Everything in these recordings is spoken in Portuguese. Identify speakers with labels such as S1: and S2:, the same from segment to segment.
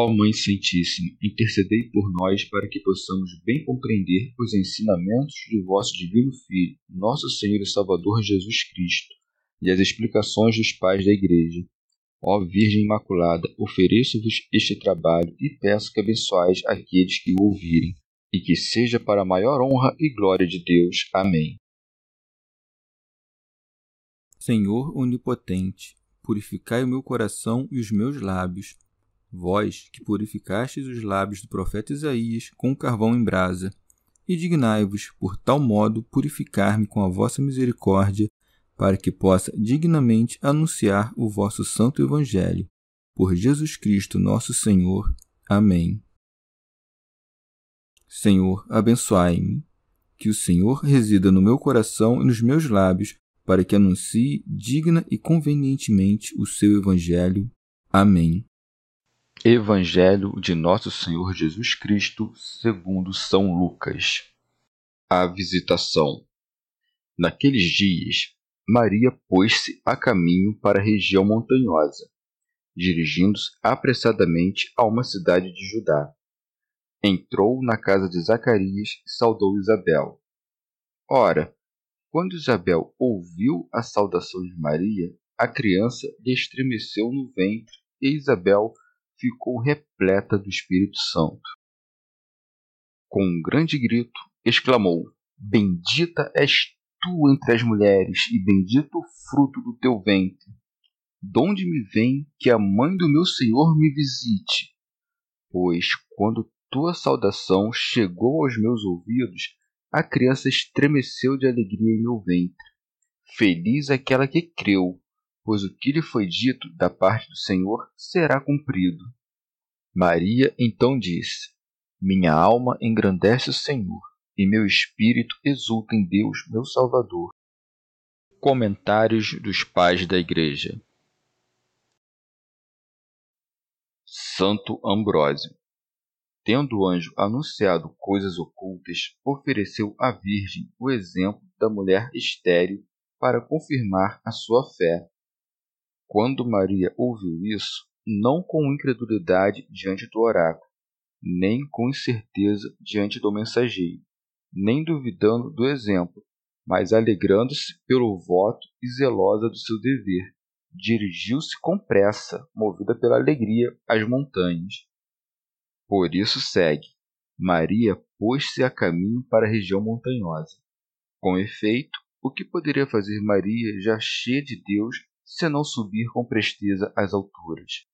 S1: Ó Mãe Santíssima, intercedei por nós para que possamos bem compreender os ensinamentos de vosso Divino Filho, nosso Senhor e Salvador Jesus Cristo, e as explicações dos pais da Igreja. Ó Virgem Imaculada, ofereço-vos este trabalho e peço que abençoais aqueles que o ouvirem, e que seja para a maior honra e glória de Deus. Amém.
S2: Senhor onipotente, purificai o meu coração e os meus lábios. Vós, que purificastes os lábios do profeta Isaías com carvão em brasa, e dignai-vos, por tal modo, purificar-me com a vossa misericórdia, para que possa dignamente anunciar o vosso santo Evangelho. Por Jesus Cristo nosso Senhor. Amém. Senhor, abençoai-me. Que o Senhor resida no meu coração e nos meus lábios, para que anuncie digna e convenientemente o seu Evangelho. Amém.
S1: Evangelho de Nosso Senhor Jesus Cristo, segundo São Lucas. A visitação. Naqueles dias, Maria pôs-se a caminho para a região montanhosa, dirigindo-se apressadamente a uma cidade de Judá. Entrou na casa de Zacarias e saudou Isabel. Ora, quando Isabel ouviu a saudação de Maria, a criança lhe estremeceu no ventre e Isabel ficou repleta do Espírito Santo. Com um grande grito, exclamou: Bendita és tu entre as mulheres, e bendito o fruto do teu ventre. Donde me vem que a mãe do meu Senhor me visite? Pois, quando tua saudação chegou aos meus ouvidos, a criança estremeceu de alegria em meu ventre. Feliz aquela que creu, pois o que lhe foi dito da parte do Senhor será cumprido. Maria então disse: Minha alma engrandece o Senhor, e meu espírito exulta em Deus, meu Salvador. Comentários dos Pais da Igreja. Santo Ambrósio. Tendo o anjo anunciado coisas ocultas, ofereceu à Virgem o exemplo da mulher estéril para confirmar a sua fé. Quando Maria ouviu isso, não com incredulidade diante do oráculo, nem com incerteza diante do mensageiro, nem duvidando do exemplo, mas alegrando-se pelo voto e zelosa do seu dever, dirigiu-se com pressa, movida pela alegria, às montanhas. Por isso segue: Maria pôs-se a caminho para a região montanhosa. Com efeito, o que poderia fazer Maria, já cheia de Deus, senão subir com presteza às alturas?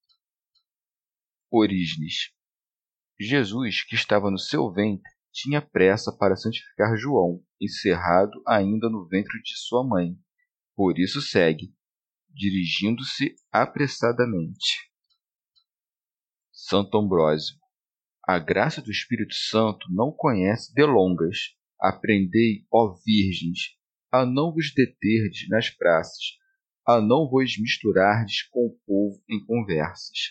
S1: Orígenes. Jesus, que estava no seu ventre, tinha pressa para santificar João, encerrado ainda no ventre de sua mãe. Por isso segue, dirigindo-se apressadamente. Santo Ambrósio. A graça do Espírito Santo não conhece delongas. Aprendei, ó virgens, a não vos deterdes nas praças, a não vos misturardes com o povo em conversas.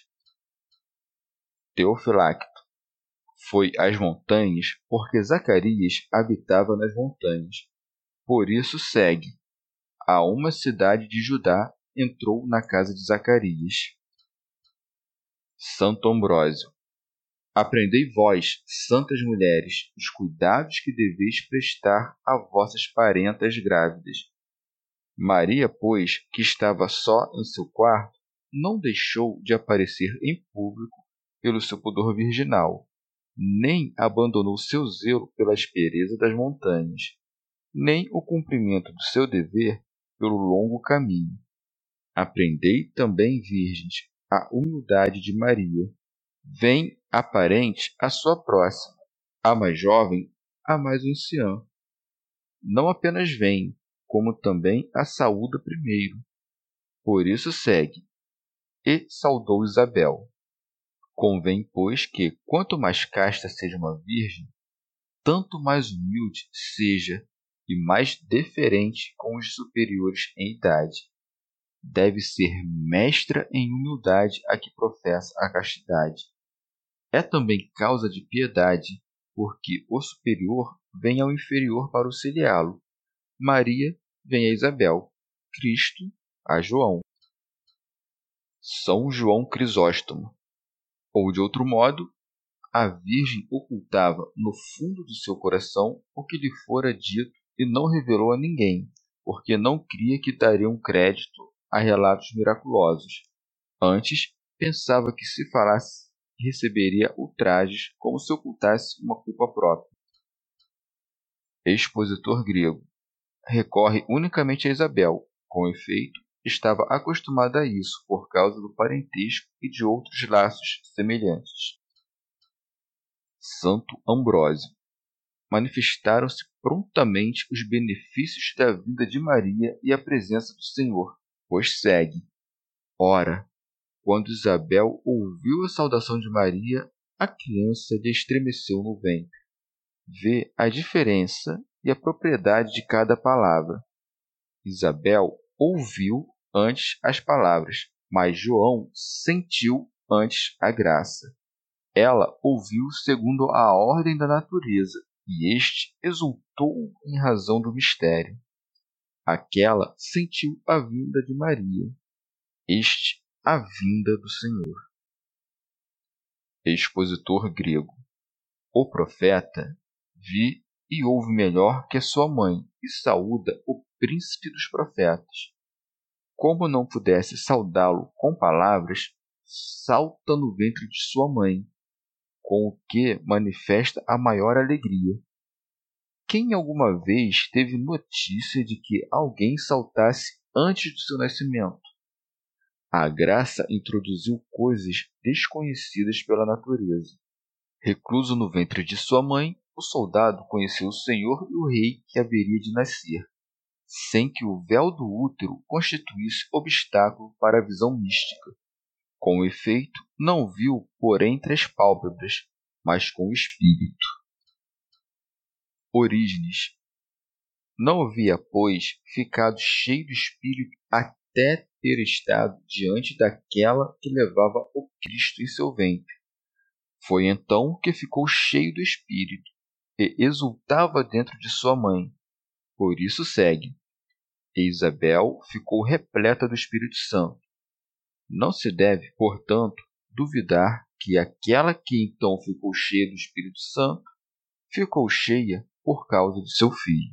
S1: Teofilacto. Foi às montanhas, porque Zacarias habitava nas montanhas. Por isso segue: a uma cidade de Judá entrou na casa de Zacarias. Santo Ambrósio. Aprendei vós, santas mulheres, os cuidados que deveis prestar a vossas parentas grávidas. Maria, pois, que estava só em seu quarto, não deixou de aparecer em público pelo seu pudor virginal, nem abandonou seu zelo pela aspereza das montanhas, nem o cumprimento do seu dever pelo longo caminho. Aprendei também, virgens, a humildade de Maria. Vem a parente a sua próxima, a mais jovem a mais anciã. Não apenas vem, como também a saúda primeiro. Por isso segue: e saudou Isabel. Convém, pois, que, quanto mais casta seja uma virgem, tanto mais humilde seja e mais deferente com os superiores em idade. Deve ser mestra em humildade a que professa a castidade. É também causa de piedade, porque o superior vem ao inferior para auxiliá-lo. Maria vem a Isabel, Cristo a João. São João Crisóstomo. Ou, de outro modo, a Virgem ocultava no fundo do seu coração o que lhe fora dito e não revelou a ninguém, porque não cria que dariam crédito a relatos miraculosos. Antes, pensava que se falasse receberia ultrajes como se ocultasse uma culpa própria. Expositor grego. Recorre unicamente a Isabel. Com efeito, estava acostumada a isso por causa do parentesco e de outros laços semelhantes. Santo Ambrósio. Manifestaram-se prontamente os benefícios da vinda de Maria e a presença do Senhor, pois segue. Ora, quando Isabel ouviu a saudação de Maria, a criança lhe estremeceu no ventre. Vê a diferença e a propriedade de cada palavra. Isabel ouviu antes as palavras, mas João sentiu antes a graça. Ela ouviu segundo a ordem da natureza, e este exultou em razão do mistério. Aquela sentiu a vinda de Maria, este a vinda do Senhor. Expositor grego. O profeta vi e ouve melhor que a sua mãe, e saúda o príncipe dos profetas. Como não pudesse saudá-lo com palavras, salta no ventre de sua mãe, com o que manifesta a maior alegria. Quem alguma vez teve notícia de que alguém saltasse antes do seu nascimento? A graça introduziu coisas desconhecidas pela natureza. Recluso no ventre de sua mãe, o soldado conheceu o Senhor e o rei que haveria de nascer, sem que o véu do útero constituísse obstáculo para a visão mística. Com efeito, não viu por entre as pálpebras, mas com o espírito. Orígenes. Não havia, pois, ficado cheio do espírito até ter estado diante daquela que levava o Cristo em seu ventre. Foi então que ficou cheio do espírito e exultava dentro de sua mãe. Por isso segue. E Isabel ficou repleta do Espírito Santo. Não se deve, portanto, duvidar que aquela que então ficou cheia do Espírito Santo ficou cheia por causa de seu filho.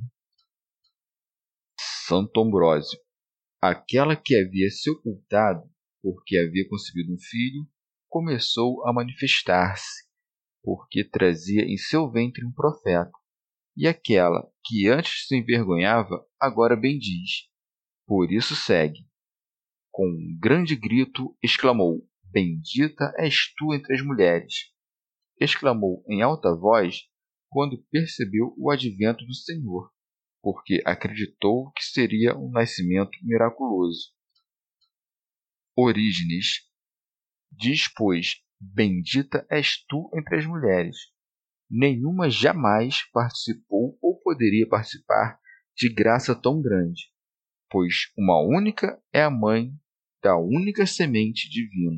S1: Santo Ambrósio. Aquela que havia se ocultado, porque havia concebido um filho, começou a manifestar-se, porque trazia em seu ventre um profeta. E aquela que antes se envergonhava, agora bendiz. Por isso segue. Com um grande grito, exclamou: Bendita és tu entre as mulheres. Exclamou em alta voz quando percebeu o advento do Senhor, porque acreditou que seria um nascimento miraculoso. Orígenes. Diz, pois, bendita és tu entre as mulheres. Nenhuma jamais participou ou poderia participar de graça tão grande, pois uma única é a mãe da única semente divina.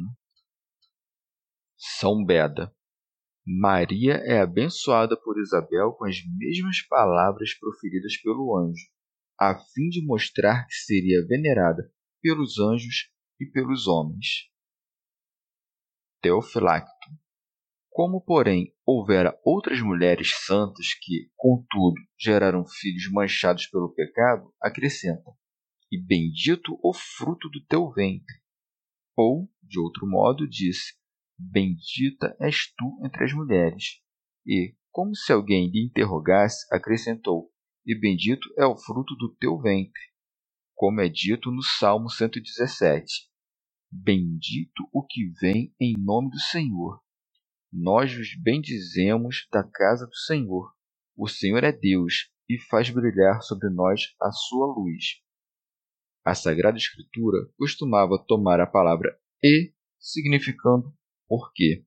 S1: São Beda. Maria é abençoada por Isabel com as mesmas palavras proferidas pelo anjo, a fim de mostrar que seria venerada pelos anjos e pelos homens. Teofilacto. Como, porém, houvera outras mulheres santas que, contudo, geraram filhos manchados pelo pecado, acrescenta: E bendito o fruto do teu ventre. Ou, de outro modo, disse: Bendita és tu entre as mulheres. E, como se alguém lhe interrogasse, acrescentou: E bendito é o fruto do teu ventre. Como é dito no Salmo 117: Bendito o que vem em nome do Senhor. Nós vos bendizemos da casa do Senhor. O Senhor é Deus e faz brilhar sobre nós a sua luz. A Sagrada Escritura costumava tomar a palavra e significando porque.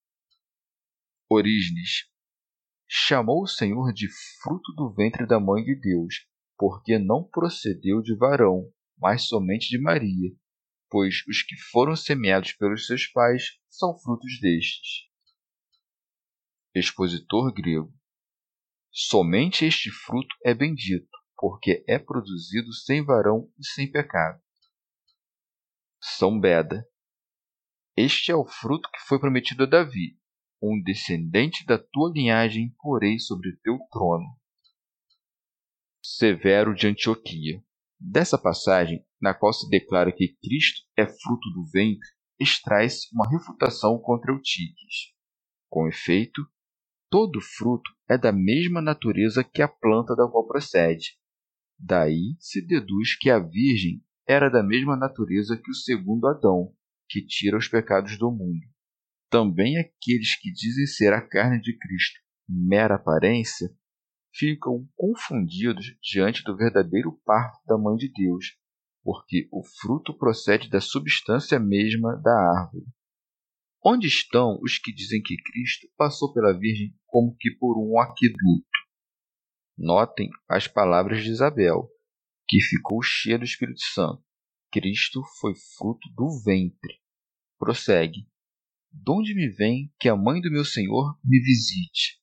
S1: Orígenes. Chamou o Senhor de fruto do ventre da mãe de Deus, porque não procedeu de varão, mas somente de Maria, pois os que foram semeados pelos seus pais são frutos destes. Expositor grego. Somente este fruto é bendito, porque é produzido sem varão e sem pecado. São Beda. Este é o fruto que foi prometido a Davi. Um descendente da tua linhagem porei sobre teu trono. Severo de Antioquia. Dessa passagem, na qual se declara que Cristo é fruto do ventre, extrai-se uma refutação contra Eutiques. Com efeito, todo fruto é da mesma natureza que a planta da qual procede. Daí se deduz que a Virgem era da mesma natureza que o segundo Adão, que tira os pecados do mundo. Também aqueles que dizem ser a carne de Cristo mera aparência ficam confundidos diante do verdadeiro parto da Mãe de Deus, porque o fruto procede da substância mesma da árvore. Onde estão os que dizem que Cristo passou pela Virgem como que por um aqueduto? Notem as palavras de Isabel, que ficou cheia do Espírito Santo. Cristo foi fruto do ventre. Prossegue. Donde me vem que a mãe do meu Senhor me visite?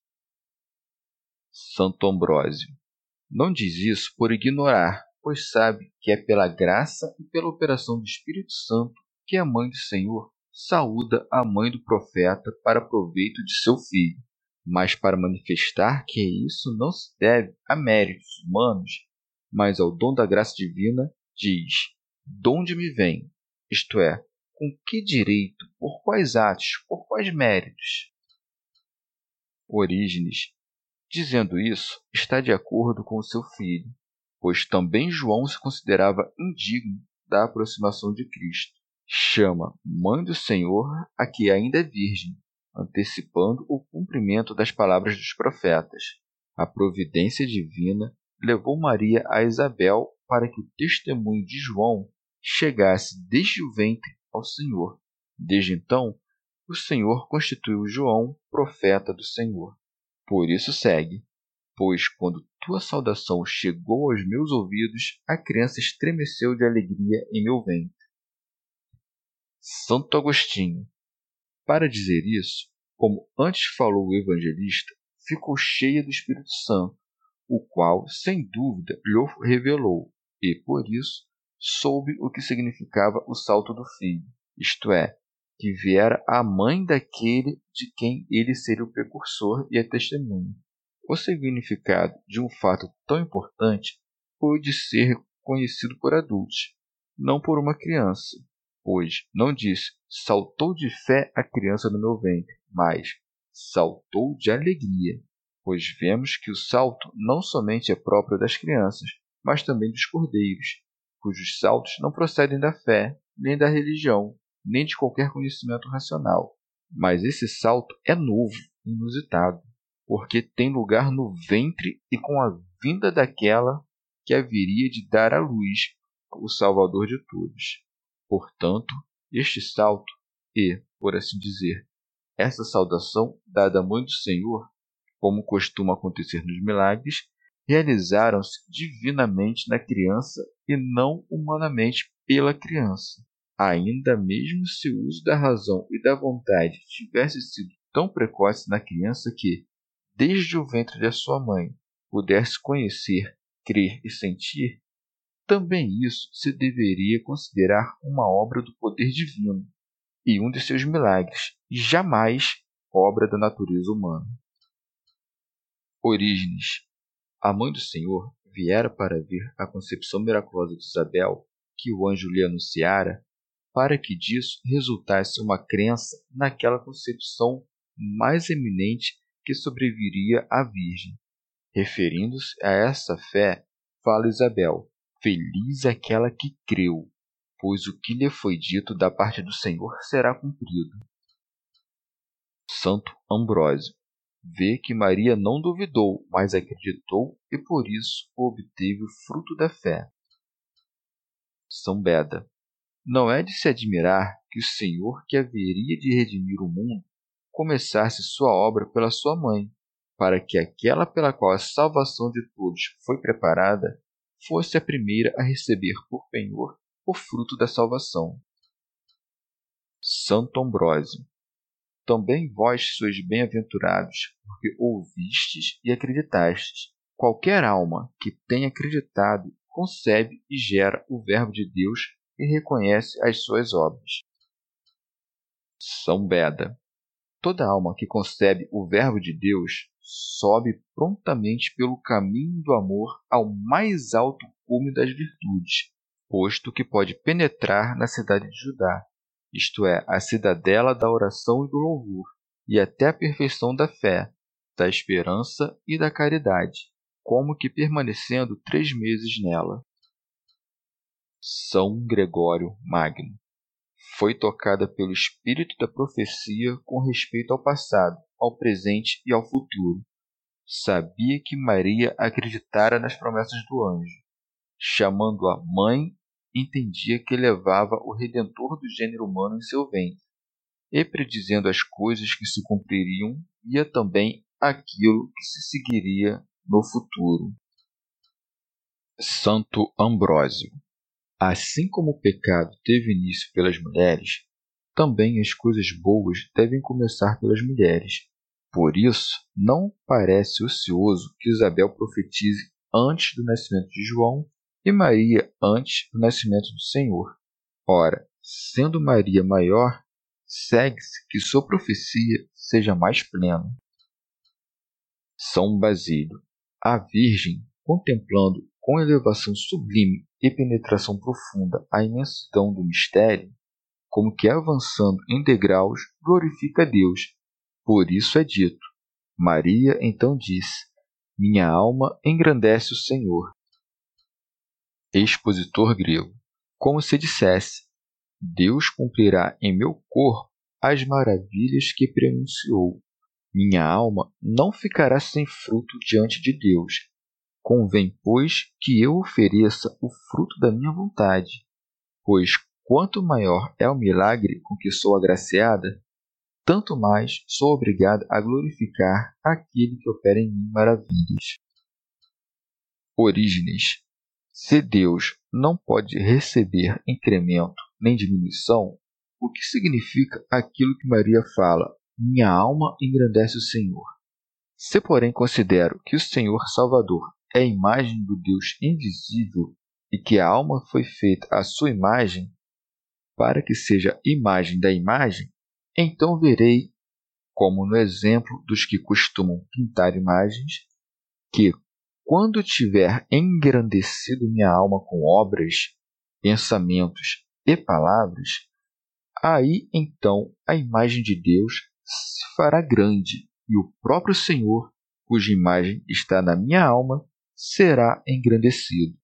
S1: Santo Ambrósio. Não diz isso por ignorar, pois sabe que é pela graça e pela operação do Espírito Santo que a mãe do Senhor saúda a mãe do profeta para proveito de seu filho. Mas para manifestar que isso não se deve a méritos humanos, mas ao dom da graça divina, diz: donde me vem, isto é, com que direito, por quais atos, por quais méritos? Orígenes, dizendo isso, está de acordo com o seu filho, pois também João se considerava indigno da aproximação de Cristo. Chama Mãe do Senhor a que ainda é virgem, antecipando o cumprimento das palavras dos profetas. A providência divina levou Maria a Isabel para que o testemunho de João chegasse desde o ventre ao Senhor. Desde então, o Senhor constituiu João profeta do Senhor. Por isso segue: pois quando tua saudação chegou aos meus ouvidos, a criança estremeceu de alegria em meu ventre. Santo Agostinho. Para dizer isso, como antes falou o evangelista, ficou cheia do Espírito Santo, o qual, sem dúvida, lhe revelou, e, por isso, soube o que significava o salto do filho, isto é, que viera a mãe daquele de quem ele seria o precursor e a testemunha. O significado de um fato tão importante pôde ser conhecido por adultos, não por uma criança, pois não disse saltou de fé a criança no meu ventre, mas saltou de alegria, pois vemos que o salto não somente é próprio das crianças, mas também dos cordeiros, cujos saltos não procedem da fé, nem da religião, nem de qualquer conhecimento racional. Mas esse salto é novo, inusitado, porque tem lugar no ventre e com a vinda daquela que haveria de dar à luz o Salvador de todos. Portanto, este salto e, por assim dizer, essa saudação dada à Mãe do Senhor, como costuma acontecer nos milagres, realizaram-se divinamente na criança e não humanamente pela criança. Ainda mesmo se o uso da razão e da vontade tivesse sido tão precoce na criança que, desde o ventre de sua mãe, pudesse conhecer, crer e sentir, também isso se deveria considerar uma obra do poder divino e um de seus milagres, e jamais obra da natureza humana. Orígenes. A mãe do Senhor viera para ver a concepção miraculosa de Isabel, que o anjo lhe anunciara, para que disso resultasse uma crença naquela concepção mais eminente que sobreviria à Virgem. Referindo-se a essa fé, fala Isabel: feliz aquela que creu, pois o que lhe foi dito da parte do Senhor será cumprido. Santo Ambrósio. Vê que Maria não duvidou, mas acreditou e por isso obteve o fruto da fé. São Beda. Não é de se admirar que o Senhor, que haveria de redimir o mundo, começasse sua obra pela sua mãe, para que aquela pela qual a salvação de todos foi preparada fosse a primeira a receber por penhor o fruto da salvação. Santo Ambrósio. Também vós sois bem-aventurados, porque ouvistes e acreditastes. Qualquer alma que tenha acreditado concebe e gera o Verbo de Deus e reconhece as suas obras. São Beda. Toda alma que concebe o Verbo de Deus sobe prontamente pelo caminho do amor ao mais alto cume das virtudes, posto que pode penetrar na cidade de Judá, isto é, a cidadela da oração e do louvor, e até a perfeição da fé, da esperança e da caridade, como que permanecendo 3 meses nela. São Gregório Magno. Foi tocada pelo espírito da profecia com respeito ao passado, ao presente e ao futuro. Sabia que Maria acreditara nas promessas do anjo. Chamando-a mãe, entendia que levava o Redentor do gênero humano em seu ventre, e predizendo as coisas que se cumpririam, via também aquilo que se seguiria no futuro. Santo Ambrósio. Assim como o pecado teve início pelas mulheres, também as coisas boas devem começar pelas mulheres. Por isso, não parece ocioso que Isabel profetize antes do nascimento de João e Maria antes do nascimento do Senhor. Ora, sendo Maria maior, segue-se que sua profecia seja mais plena. São Basílio. A Virgem, contemplando com elevação sublime e penetração profunda a imensidão do mistério, como que avançando em degraus, glorifica a Deus. Por isso é dito: Maria então disse: minha alma engrandece o Senhor. Expositor grego. Como se dissesse: Deus cumprirá em meu corpo as maravilhas que prenunciou. Minha alma não ficará sem fruto diante de Deus. Convém, pois, que eu ofereça o fruto da minha vontade, pois quanto maior é o milagre com que sou agraciada, tanto mais sou obrigada a glorificar aquele que opera em mim maravilhas. Orígenes. Se Deus não pode receber incremento nem diminuição, o que significa aquilo que Maria fala: minha alma engrandece o Senhor? Se, porém, considero que o Senhor Salvador é a imagem do Deus invisível e que a alma foi feita à sua imagem, para que seja imagem da imagem, então verei, como no exemplo dos que costumam pintar imagens, que, quando tiver engrandecido minha alma com obras, pensamentos e palavras, aí então a imagem de Deus se fará grande, e o próprio Senhor, cuja imagem está na minha alma, será engrandecido.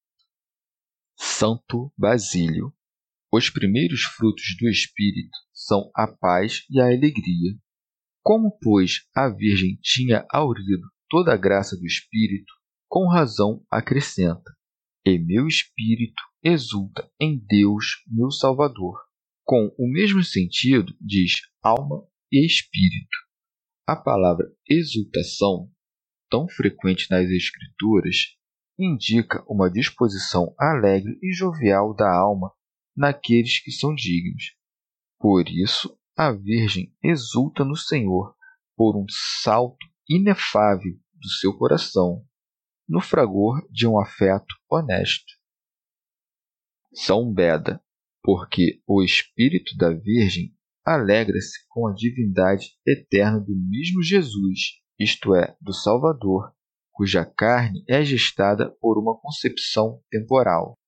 S1: Santo Basílio. Os primeiros frutos do Espírito são a paz e a alegria. Como, pois, a Virgem tinha aurido toda a graça do Espírito, com razão acrescenta: e meu espírito exulta em Deus, meu Salvador. Com o mesmo sentido, diz alma e espírito. A palavra exultação, tão frequente nas Escrituras, indica uma disposição alegre e jovial da alma naqueles que são dignos. Por isso, a Virgem exulta no Senhor por um salto inefável do seu coração, no fragor de um afeto honesto. São Beda, porque o espírito da Virgem alegra-se com a divindade eterna do mesmo Jesus, isto é, do Salvador, cuja carne é gestada por uma concepção temporal.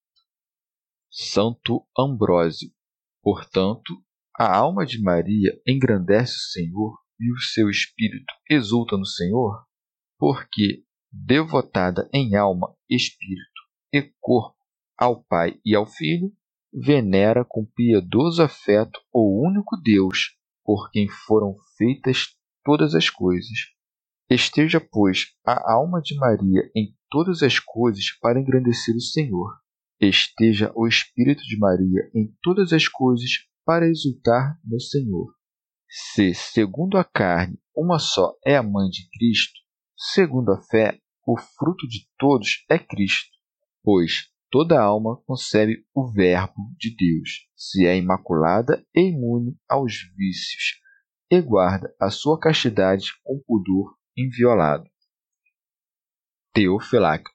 S1: Santo Ambrósio. Portanto, a alma de Maria engrandece o Senhor e o seu espírito exulta no Senhor, porque, devotada em alma, espírito e corpo ao Pai e ao Filho, venera com piedoso afeto o único Deus, por quem foram feitas todas as coisas. Esteja, pois, a alma de Maria em todas as coisas para engrandecer o Senhor. Esteja o Espírito de Maria em todas as coisas para exultar no Senhor. Se, segundo a carne, uma só é a mãe de Cristo, segundo a fé, o fruto de todos é Cristo, pois toda alma concebe o Verbo de Deus, se é imaculada e imune aos vícios, e guarda a sua castidade com pudor inviolado. Teofilacto.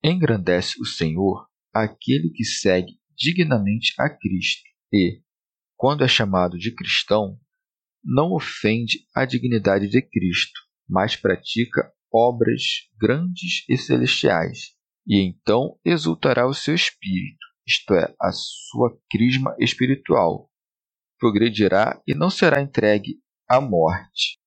S1: Engrandece o Senhor aquele que segue dignamente a Cristo e, quando é chamado de cristão, não ofende a dignidade de Cristo, mas pratica obras grandes e celestiais, e então exultará o seu espírito, isto é, a sua crisma espiritual, progredirá e não será entregue à morte.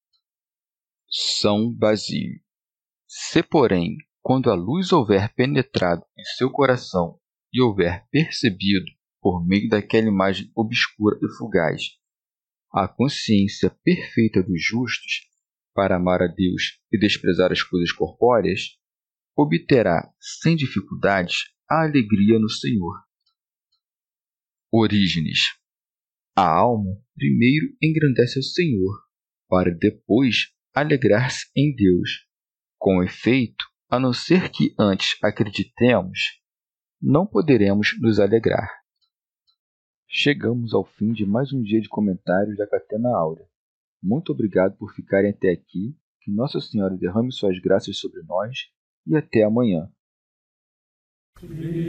S1: São Basílio. Se, porém, quando a luz houver penetrado em seu coração e houver percebido, por meio daquela imagem obscura e fugaz, a consciência perfeita dos justos, para amar a Deus e desprezar as coisas corpóreas, obterá, sem dificuldades, a alegria no Senhor. Orígenes. A alma primeiro engrandece o Senhor, para depois alegrar-se em Deus. Com efeito, a não ser que antes acreditemos, não poderemos nos alegrar. Chegamos ao fim de mais um dia de comentários da Catena Áurea. Muito obrigado por ficarem até aqui, que Nossa Senhora derrame suas graças sobre nós e até amanhã.